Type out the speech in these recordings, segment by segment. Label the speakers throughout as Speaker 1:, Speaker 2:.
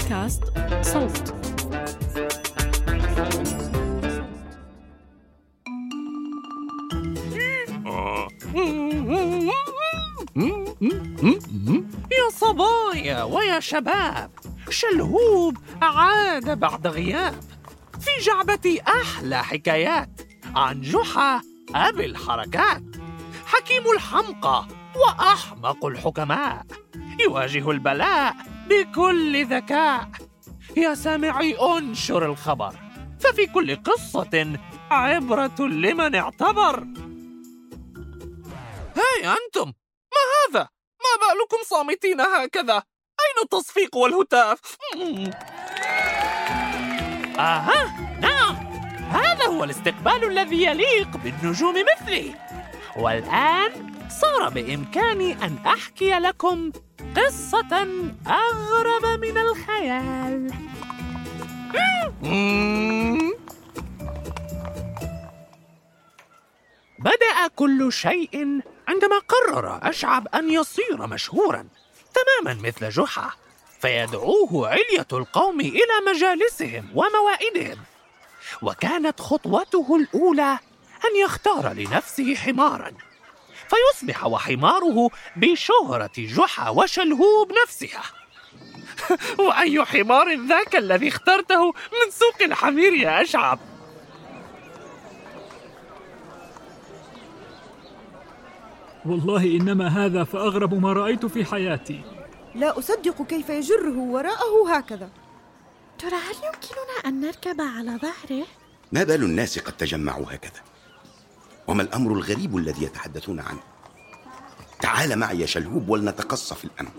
Speaker 1: بودكاست صوت.
Speaker 2: يا صبايا ويا شباب، شلهوب عاد بعد غياب. في جعبتي أحلى حكايات عن جحا أبي الحركات، حكيم الحمقى وأحمق الحكماء، يواجه البلاء بكل ذكاء. يا سامعي انشر الخبر، ففي كل قصة عبرة لمن اعتبر. هاي أنتم، ما هذا؟ ما بالكم صامتين هكذا؟ أين التصفيق والهتاف؟ نعم، هذا هو الاستقبال الذي يليق بالنجوم مثلي. والآن صار بإمكاني أن أحكي لكم قصة أغرب من الخيال. بدأ كل شيء عندما قرر أشعب أن يصير مشهوراً تماماً مثل جحا، فيدعوه علية القوم إلى مجالسهم وموائدهم. وكانت خطوته الأولى أن يختار لنفسه حماراً، فيصبح وحماره بشهرة جحا وشلهوب نفسها. وأي حمار ذاك الذي اخترته من سوق الحمير يا أشعب؟
Speaker 3: والله إنما هذا فأغرب ما رأيت في حياتي.
Speaker 4: لا أصدق كيف يجره وراءه هكذا.
Speaker 1: ترى هل يمكننا أن نركب على ظهره؟
Speaker 5: ما بال الناس قد تجمعوا هكذا؟ وما الأمر الغريب الذي يتحدثون عنه؟ تعال معي يا شلهوب ولنتقصف الأمر.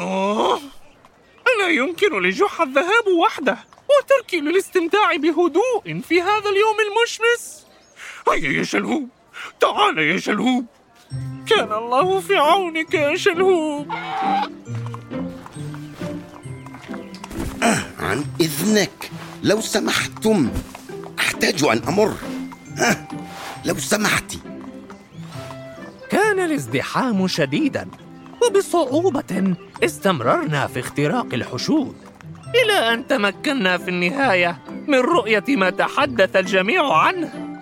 Speaker 2: ألا يمكن لجحا الذهاب وحده وتركي للاستمتاع بهدوء في هذا اليوم المشمس؟ هيا يا شلهوب، تعال يا شلهوب، كان الله في عونك يا شلهوب.
Speaker 5: عن إذنك، لو سمحتم، أحتاج أن أمر. لو سمحتي.
Speaker 2: كان الازدحام شديداً، وبصعوبة استمررنا في اختراق الحشود إلى أن تمكنا في النهاية من رؤية ما تحدث الجميع عنه.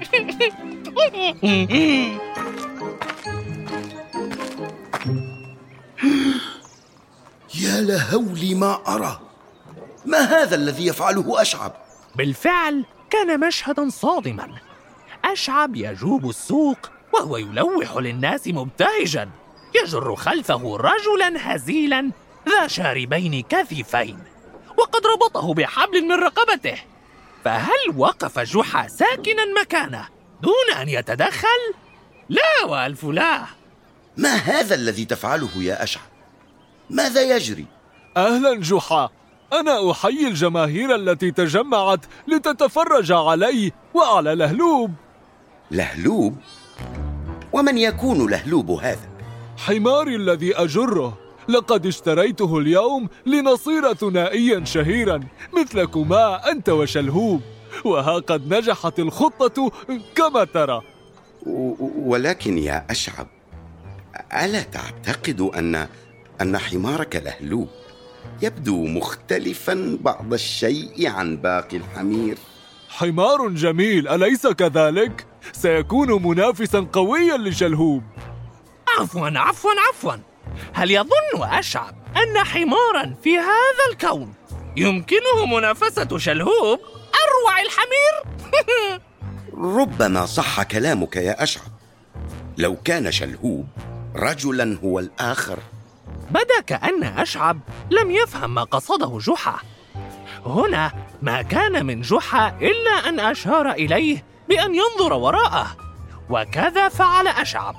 Speaker 5: يا لهولي ما أرى! ما هذا الذي يفعله أشعب؟
Speaker 2: بالفعل كان مشهداً صادماً. أشعب يجوب السوق وهو يلوح للناس مبتهجاً، يجر خلفه رجلاً هزيلاً ذا شاربين كثيفين، وقد ربطه بحبل من رقبته. فهل وقف جحا ساكناً مكانه دون أن يتدخل؟ لا والف لا.
Speaker 5: ما هذا الذي تفعله يا أشعب؟ ماذا يجري؟
Speaker 6: أهلاً جحا، أنا أحيي الجماهير التي تجمعت لتتفرج علي وعلى لهلوب.
Speaker 5: لهلوب؟ ومن يكون لهلوب هذا؟
Speaker 6: حماري الذي أجره، لقد اشتريته اليوم لنصير ثنائياً شهيراً مثلكما أنت وشلهوب، وها قد نجحت الخطة كما ترى.
Speaker 5: ولكن يا أشعب، ألا تعتقد أن حمارك لهلوب يبدو مختلفاً بعض الشيء عن باقي الحمير؟
Speaker 6: حمار جميل، أليس كذلك؟ سيكون منافساً قوياً لشلهوب.
Speaker 2: عفواً، هل يظن أشعب أن حماراً في هذا الكون يمكنه منافسة شلهوب أروع الحمير؟
Speaker 5: ربما صح كلامك يا أشعب، لو كان شلهوب رجلاً هو الآخر.
Speaker 2: بدا كأن أشعب لم يفهم ما قصده جحا. هنا ما كان من جحا إلا أن أشار إليه بأن ينظر وراءه، وكذا فعل أشعب.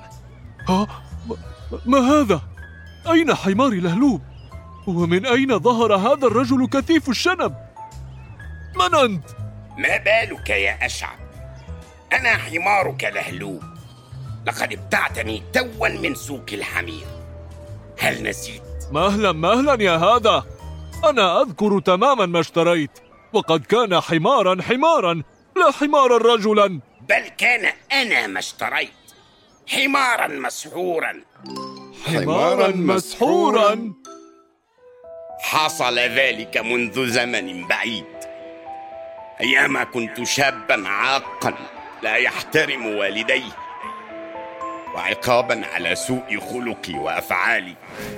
Speaker 6: ما هذا؟ أين حماري لهلوب؟ ومن أين ظهر هذا الرجل كثيف الشنب؟ من أنت؟
Speaker 7: ما بالك يا أشعب؟ أنا حمارك لهلوب، لقد ابتعتني توا من سوق الحمير، هل نسيت؟
Speaker 6: مهلا يا هذا، أنا أذكر تماما ما اشتريت، وقد كان حمارا لا حمارا رجلا.
Speaker 7: بل كان أنا ما اشتريت، حمارا مسحورا. حصل ذلك منذ زمن بعيد، أيام كنت شابا عاقا لا يحترم والديه، وعقابا على سوء خلقي وأفعالي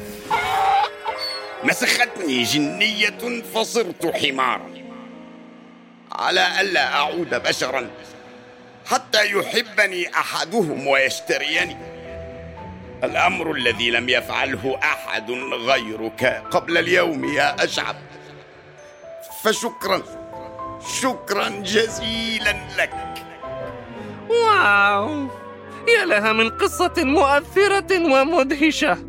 Speaker 7: مسختني جنية فصرت حمارا، على ألا أعود بشرا حتى يحبني أحدهم ويشتريني، الأمر الذي لم يفعله أحد غيرك قبل اليوم يا أشعب. فشكرا، شكرا جزيلا لك.
Speaker 2: واو، يا لها من قصة مؤثرة ومدهشة.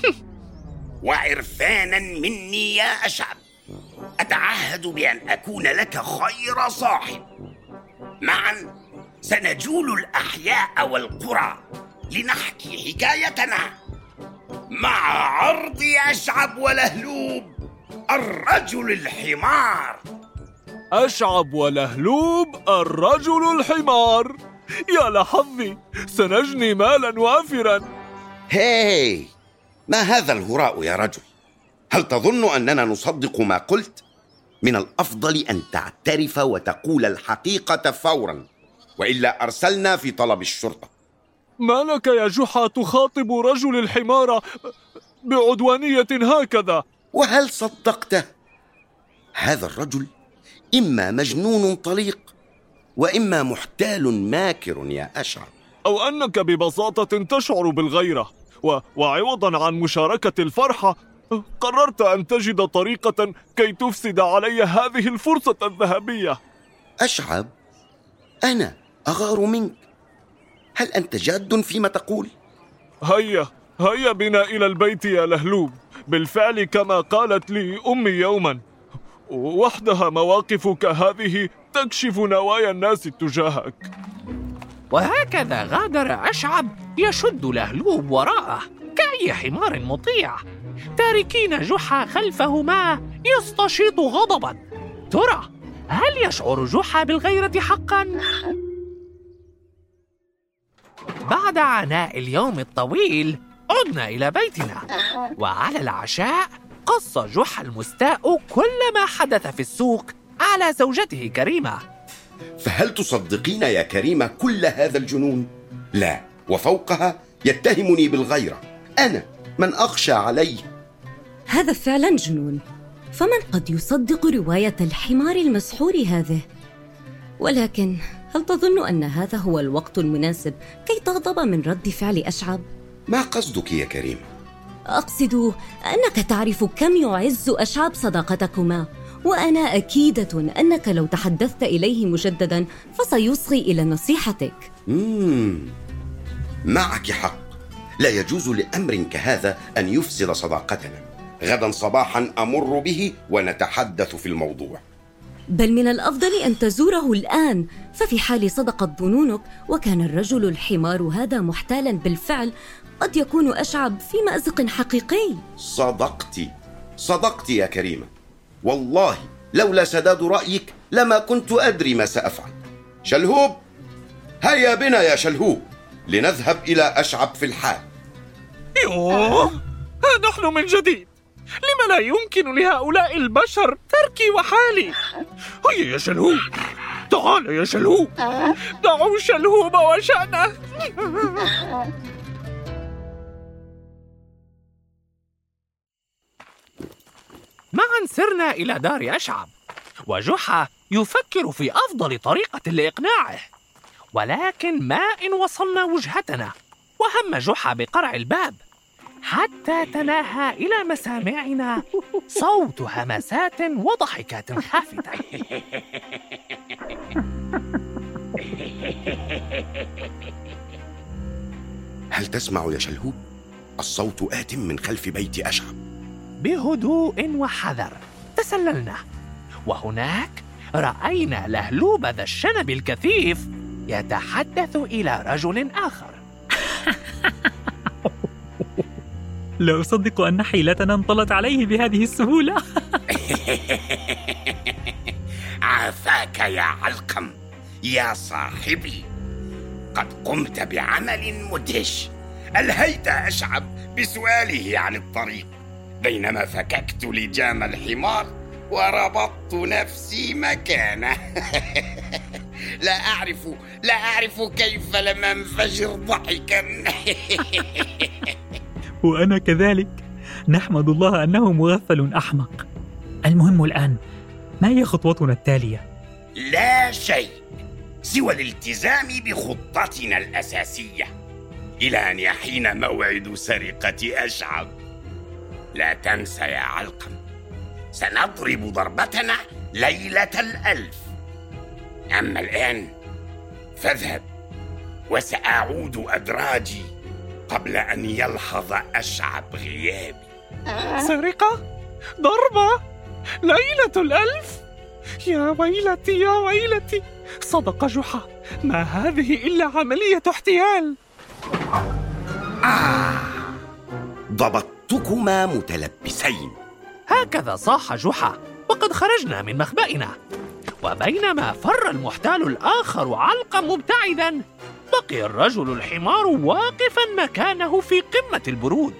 Speaker 7: وعرفانا مني يا أشعب، أتعهد بأن أكون لك خير صاحب. معا سنجول الأحياء والقرى لنحكي حكايتنا مع عرض أشعب ولهلوب الرجل الحمار.
Speaker 6: أشعب ولهلوب الرجل الحمار. يا لحظي، سنجني مالا وافرا.
Speaker 5: هاي، ما هذا الهراء يا رجل؟ هل تظن أننا نصدق ما قلت؟ من الأفضل أن تعترف وتقول الحقيقة فورا، وإلا أرسلنا في طلب الشرطة.
Speaker 6: ما لك يا جحا تخاطب رجل الحمار بعدوانية هكذا؟
Speaker 5: وهل صدقته؟ هذا الرجل إما مجنون طليق، وإما محتال ماكر يا أشعب.
Speaker 6: أو أنك ببساطة تشعر بالغيرة، وعوضا عن مشاركة الفرحة قررت أن تجد طريقة كي تفسد علي هذه الفرصة الذهبية.
Speaker 5: أشعب، أنا أغار منك. هل أنت جاد فيما تقول؟
Speaker 6: هيا بنا إلى البيت يا لهلوب. بالفعل كما قالت لي أمي يوما، وحدها مواقفك هذه تكشف نوايا الناس تجاهك.
Speaker 2: وهكذا غادر أشعب يشد لهلوب وراءه كأي حمار مطيع، تاركين جحا خلفهما يستشيط غضبا. ترى هل يشعر جحا بالغيرة حقا؟ بعد عناء اليوم الطويل عدنا إلى بيتنا، وعلى العشاء قص جحا المستاء كل ما حدث في السوق على زوجته كريمة.
Speaker 5: فهل تصدقين يا كريمة كل هذا الجنون؟ لا، وفوقها يتهمني بالغيرة، أنا من أخشى عليه.
Speaker 8: هذا فعلا جنون، فمن قد يصدق رواية الحمار المسحور هذه؟ ولكن هل تظن أن هذا هو الوقت المناسب كي تغضب من رد فعل أشعب؟
Speaker 5: ما قصدك يا كريمة؟
Speaker 8: أقصد أنك تعرف كم يعز أشعب صداقتكما، وأنا أكيدة أنك لو تحدثت إليه مجددا فسيصغي إلى نصيحتك.
Speaker 5: معك حق، لا يجوز لأمر كهذا أن يفسد صداقتنا. غدا صباحا أمر به ونتحدث في الموضوع.
Speaker 8: بل من الأفضل أن تزوره الآن، ففي حال صدقت ظنونك وكان الرجل الحمار هذا محتالا بالفعل، قد يكون أشعب في مأزق حقيقي.
Speaker 5: صدقت يا كريمة، والله لولا سداد رأيك لما كنت أدري ما سأفعل. شلهوب، هيا بنا يا شلهوب لنذهب إلى أشعب في الحال.
Speaker 2: يوه، ها نحن من جديد. لم لا يمكن لهؤلاء البشر تركي وحالي؟ هيا يا شلهوب، تعال يا شلهوب، دعوا شلهوب وشأنه. معا سرنا إلى دار أشعب، وجحا يفكر في أفضل طريقة لإقناعه، ولكن ما إن وصلنا وجهتنا وهم جحا بقرع الباب، حتى تناهى إلى مسامعنا صوت همسات وضحكات خافتة.
Speaker 5: هل تسمع يا شلهوب؟ الصوت آت من خلف بيت أشعب.
Speaker 2: بهدوء وحذر تسللنا، وهناك رأينا لهلوب ذا الشنب الكثيف يتحدث إلى رجل آخر.
Speaker 3: لا أصدق أن حيلتنا انطلت عليه بهذه السهولة.
Speaker 7: عافاك يا علقم يا صاحبي، قد قمت بعمل مدهش. ألهيت أشعب بسؤاله عن الطريق، بينما فككت لجام الحمار وربطت نفسي مكانه. لا أعرف كيف لم أنفجر ضحكا.
Speaker 3: وأنا كذلك. نحمد الله أنه مغفل أحمق. المهم الآن، ما هي خطوتنا التالية؟
Speaker 7: لا شيء سوى الالتزام بخطتنا الأساسية إلى أن يحين موعد سرقة أشعب. لا تنسى يا علقم، سنضرب ضربتنا ليلة 1000. أما الآن فاذهب، وسأعود أدراجي قبل أن يلحظ أشعب غيابي.
Speaker 2: سرقة؟ ضربة؟ ليلة 1000؟ يا ويلتي يا ويلتي، صدق جحا، ما هذه إلا عملية احتيال.
Speaker 5: ضبطتكما متلبسين.
Speaker 2: هكذا صاح جحا وقد خرجنا من مخبئنا، وبينما فر المحتال الآخر علقم مبتعداً، بقي الرجل الحمار واقفاً مكانه في قمة البرود.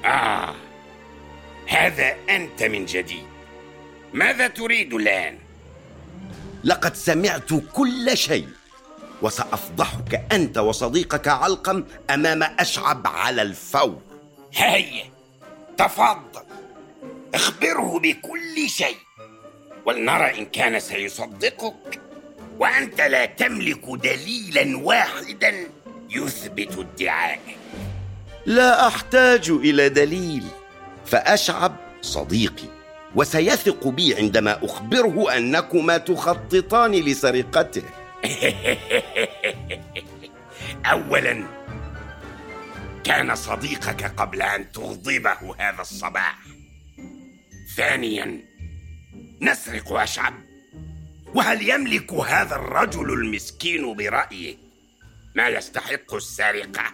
Speaker 7: هذا أنت من جديد. ماذا تريد الآن؟
Speaker 5: لقد سمعت كل شيء، وسأفضحك أنت وصديقك علقم أمام أشعب على الفور.
Speaker 7: هيا تفضل، اخبره بكل شيء ولنرى إن كان سيصدقك. وأنت لا تملك دليلا واحدا يثبت ادعائك.
Speaker 5: لا أحتاج إلى دليل، فأشعب صديقي وسيثق بي عندما أخبره أنكما تخططان لسرقته.
Speaker 7: أولا، كان صديقك قبل أن تغضبه هذا الصباح. ثانيا، نسرق أشعب؟ وهل يملك هذا الرجل المسكين برأيه ما يستحق السرقة؟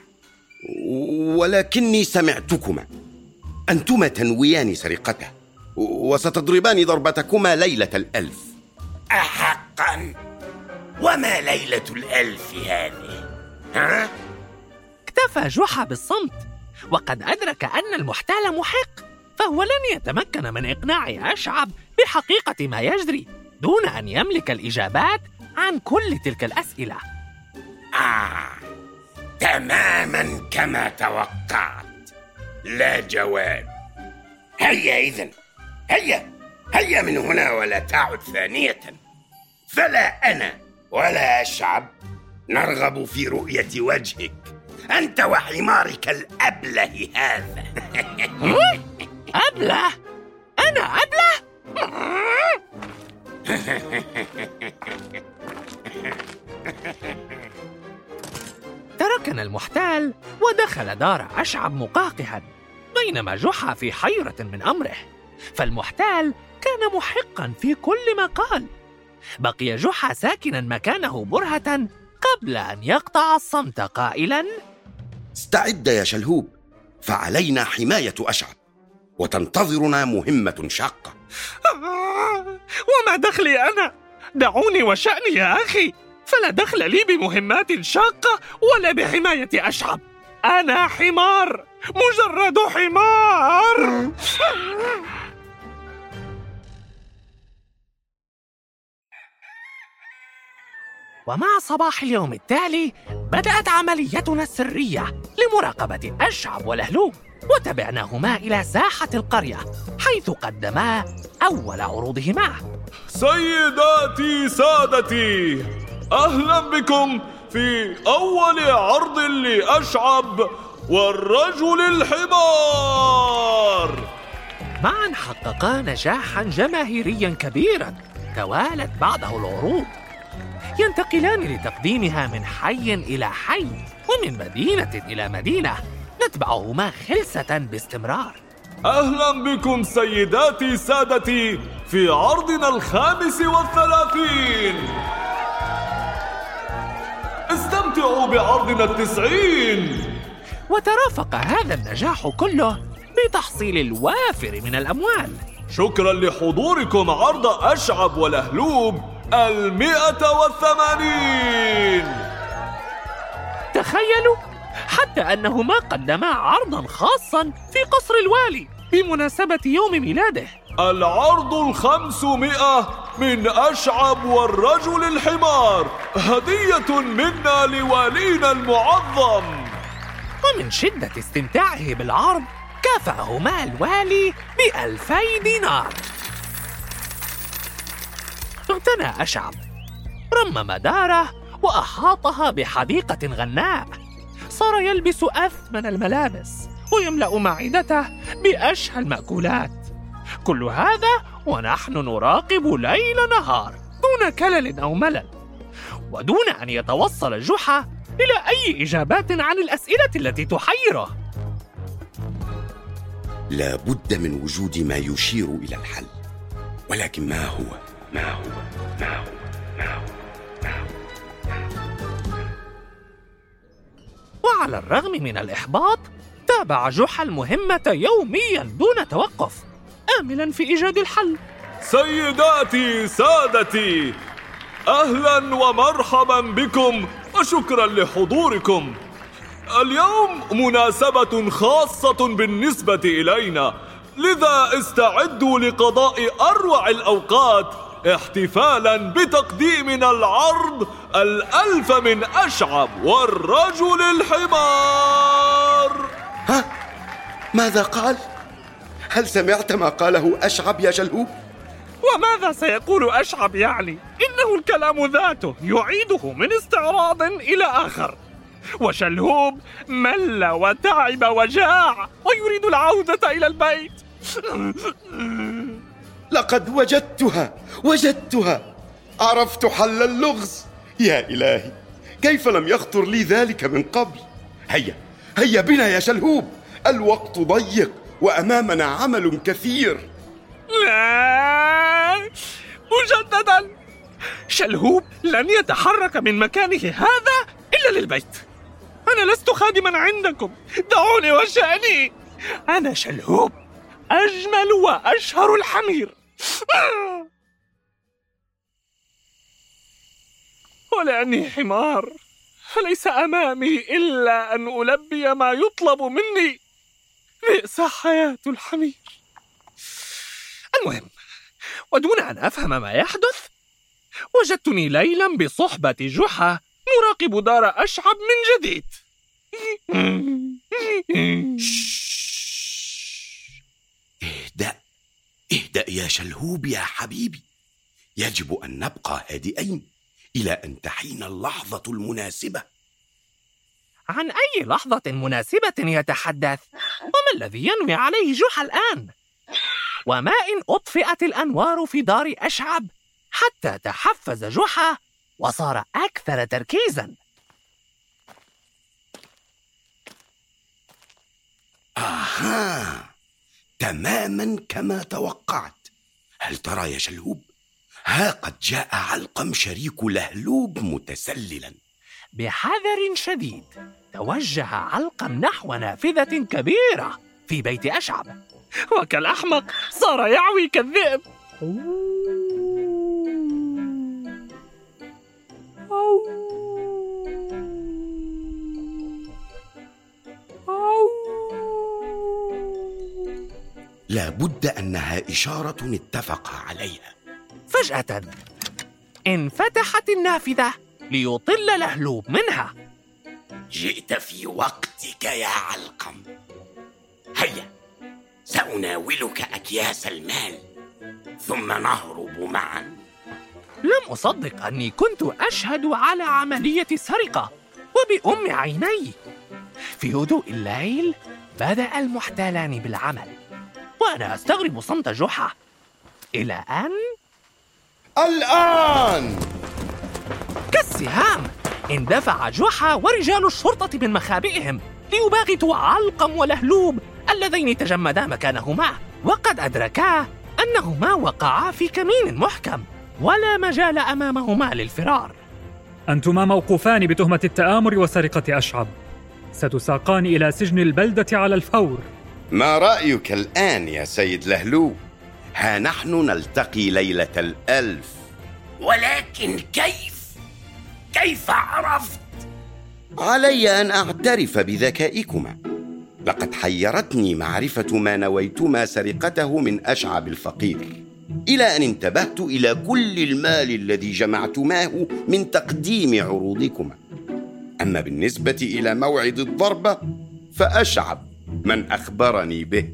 Speaker 5: ولكني سمعتكما، أنتما تنويان سرقته وستضربان ضربتكما ليلة 1000.
Speaker 7: أحقا؟ وما ليلة 1000 هذه؟ ها؟
Speaker 2: اكتفى جحا بالصمت، وقد أدرك أن المحتال محق، فهو لن يتمكن من إقناع أشعب بحقيقة ما يجري دون أن يملك الإجابات عن كل تلك الأسئلة.
Speaker 7: تماما كما توقعت، لا جواب. هيا إذن، هيا من هنا ولا تعد ثانية. فلا أنا ولا أشعب نرغب في رؤية وجهك أنت وحمارك الأبله هذا.
Speaker 2: أبله؟ أنا أبله؟ تركنا المحتال ودخل دار أشعب مقاقها، بينما جحا في حيرة من أمره، فالمحتال كان محقا في كل ما قال. بقي جحا ساكنا مكانه برهة قبل أن يقطع الصمت قائلا:
Speaker 5: استعد يا شلهوب، فعلينا حماية أشعب، وتنتظرنا مهمة شاقة.
Speaker 2: وما دخلي أنا؟ دعوني وشأني يا أخي، فلا دخل لي بمهمات شاقة ولا بحماية أشعب. أنا حمار، مجرد حمار. ومع صباح اليوم التالي بدأت عمليتنا السرية لمراقبة أشعب ولهلوب، وتبعناهما إلى ساحة القرية حيث قدما أول عروضهما.
Speaker 6: سيداتي سادتي، أهلا بكم في أول عرض لأشعب والرجل الحمار.
Speaker 2: معا حققا نجاحا جماهيريا كبيرا، توالت بعده العروض، ينتقلان لتقديمها من حي إلى حي ومن مدينة إلى مدينة، نتبعهما خلسة باستمرار.
Speaker 6: أهلا بكم سيداتي سادتي في عرضنا 35. استمتعوا بعرضنا 90.
Speaker 2: وترافق هذا النجاح كله بتحصيل الوافر من الأموال.
Speaker 6: شكرا لحضوركم عرض أشعب ولهلوب 180.
Speaker 2: تخيلوا، حتى أنهما قدما عرضا خاصا في قصر الوالي، بمناسبة يوم ميلاده.
Speaker 6: العرض 500 من أشعب والرجل الحمار، هدية منا لوالينا المعظم.
Speaker 2: ومن شدة استمتاعه بالعرض كافأهما الوالي ب2000 دينار. اغتنى أشعب، رمم داره وأحاطها بحديقة غناء. صار يلبس أثمن الملابس ويملأ معدته بأشهى المأكولات. كل هذا ونحن نراقب ليل نهار دون كلل أو ملل، ودون أن يتوصل جحا إلى أي إجابات عن الأسئلة التي تحيره.
Speaker 5: لا بد من وجود ما يشير إلى الحل، ولكن ما هو؟
Speaker 2: وعلى الرغم من الإحباط تابع جحا المهمة يومياً دون توقف، آملاً في إيجاد الحل.
Speaker 6: سيداتي سادتي، أهلاً ومرحباً بكم وشكراً لحضوركم. اليوم مناسبة خاصة بالنسبة إلينا، لذا استعدوا لقضاء أروع الأوقات احتفالاً بتقديمنا العرض 1000 من أشعب والرجل الحمار.
Speaker 5: ها؟ ماذا قال؟ هل سمعت ما قاله أشعب يا شلهوب؟
Speaker 2: وماذا سيقول أشعب يعني؟ إنه الكلام ذاته يعيده من استعراض إلى آخر، وشلهوب مل وتعب وجاع ويريد العودة إلى البيت.
Speaker 5: لقد وجدتها، عرفت حل اللغز. يا إلهي، كيف لم يخطر لي ذلك من قبل؟ هيا بنا يا شلهوب، الوقت ضيق وأمامنا عمل كثير.
Speaker 2: لا، مجددا، شلهوب لن يتحرك من مكانه هذا إلا للبيت. أنا لست خادما عندكم، دعوني وشأني. أنا شلهوب، أجمل وأشهر الحمير. ولأني حمار فليس أمامي إلا أن ألبي ما يطلب مني. بئس حياة الحمير. المهم، ودون أن أفهم ما يحدث، وجدتني ليلا بصحبة جحا نراقب دار أشعب من جديد.
Speaker 5: اهدأ يا شلهوب يا حبيبي، يجب أن نبقى هادئين إلى أن تحين اللحظة المناسبة.
Speaker 2: عن أي لحظة مناسبة يتحدث؟ وما الذي ينوي عليه جحا الآن؟ وما إن أطفئت الأنوار في دار أشعب حتى تحفز جحا وصار أكثر تركيزاً؟
Speaker 5: آها، تماماً كما توقعت. هل ترى يا شلهوب؟ ها قد جاء علقم شريك لهلوب متسللاً.
Speaker 2: بحذر شديد توجه علقم نحو نافذة كبيرة في بيت أشعب، وكالأحمق صار يعوي كالذئب.
Speaker 5: لا بد أنها إشارة اتفق عليها.
Speaker 2: فجأة انفتحت النافذة ليطل لهلوب منها.
Speaker 7: جئت في وقتك يا علقم. هيا، سأناولك أكياس المال ثم نهرب معا.
Speaker 2: لم أصدق أني كنت أشهد على عملية سرقة وبأم عيني. في هدوء الليل بدأ المحتالان بالعمل، وأنا أستغرب صمت جحا إلى أن
Speaker 5: الآن
Speaker 2: كالسهام اندفع جحا ورجال الشرطة من مخابئهم ليباغتوا علقم ولهلوب اللذين تجمدا مكانهما، وقد أدركا أنهما وقعا في كمين محكم ولا مجال أمامهما للفرار.
Speaker 3: أنتما موقوفان بتهمة التآمر وسرقة أشعب، ستساقان إلى سجن البلدة على الفور.
Speaker 5: ما رأيك الآن يا سيد لهلوب؟ ها نحن نلتقي ليلة 1000.
Speaker 7: ولكن كيف عرفت؟
Speaker 5: علي أن أعترف بذكائكما. لقد حيرتني معرفة ما نويتما سرقته من أشعب الفقير، إلى أن انتبهت إلى كل المال الذي جمعتماه من تقديم عروضكما. أما بالنسبة إلى موعد الضربة فأشعب من أخبرني به.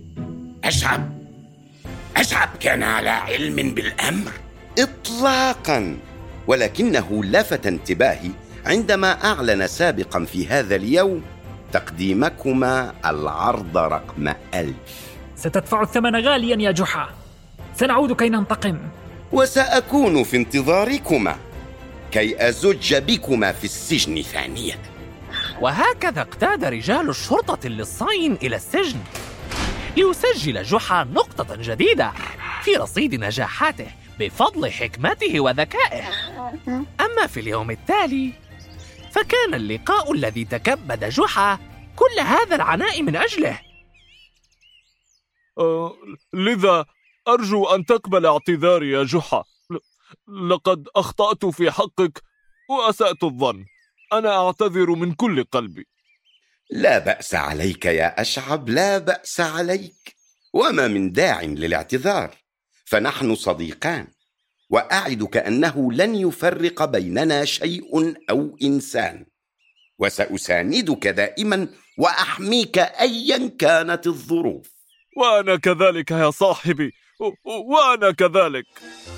Speaker 7: أشعب كان على علم بالأمر؟
Speaker 5: إطلاقاً، ولكنه لفت انتباهي عندما أعلن سابقاً في هذا اليوم تقديمكما العرض رقم 1000.
Speaker 3: ستدفع الثمن غاليا يا جحا، سنعود كي ننتقم.
Speaker 5: وسأكون في انتظاركما كي أزج بكما في السجن ثانية.
Speaker 2: وهكذا اقتاد رجال الشرطة اللصين إلى السجن ليسجل جحا نقطة جديدة في رصيد نجاحاته بفضل حكمته وذكائه. أما في اليوم التالي فكان اللقاء الذي تكبد جحا كل هذا العناء من أجله.
Speaker 6: لذا أرجو أن تقبل اعتذاري يا جحا. لقد أخطأت في حقك وأسأت الظن. أنا أعتذر من كل قلبي.
Speaker 5: لا بأس عليك يا أشعب، لا بأس عليك، وما من داع للاعتذار، فنحن صديقان، وأعدك أنه لن يفرق بيننا شيء أو إنسان، وسأساندك دائما وأحميك أيا كانت الظروف.
Speaker 6: وأنا كذلك يا صاحبي، وأنا كذلك.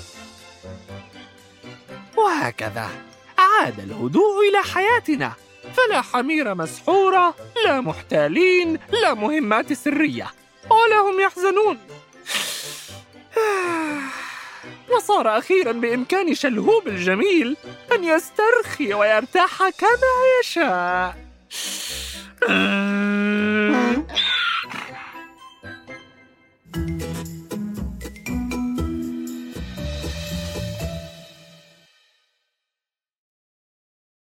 Speaker 2: وهكذا عاد الهدوء إلى حياتنا، فلا حمير مسحورة، لا محتالين، لا مهمات سرية، ولا هم يحزنون. وصار أخيرا بإمكان شلهوب الجميل أن يسترخي ويرتاح كما يشاء.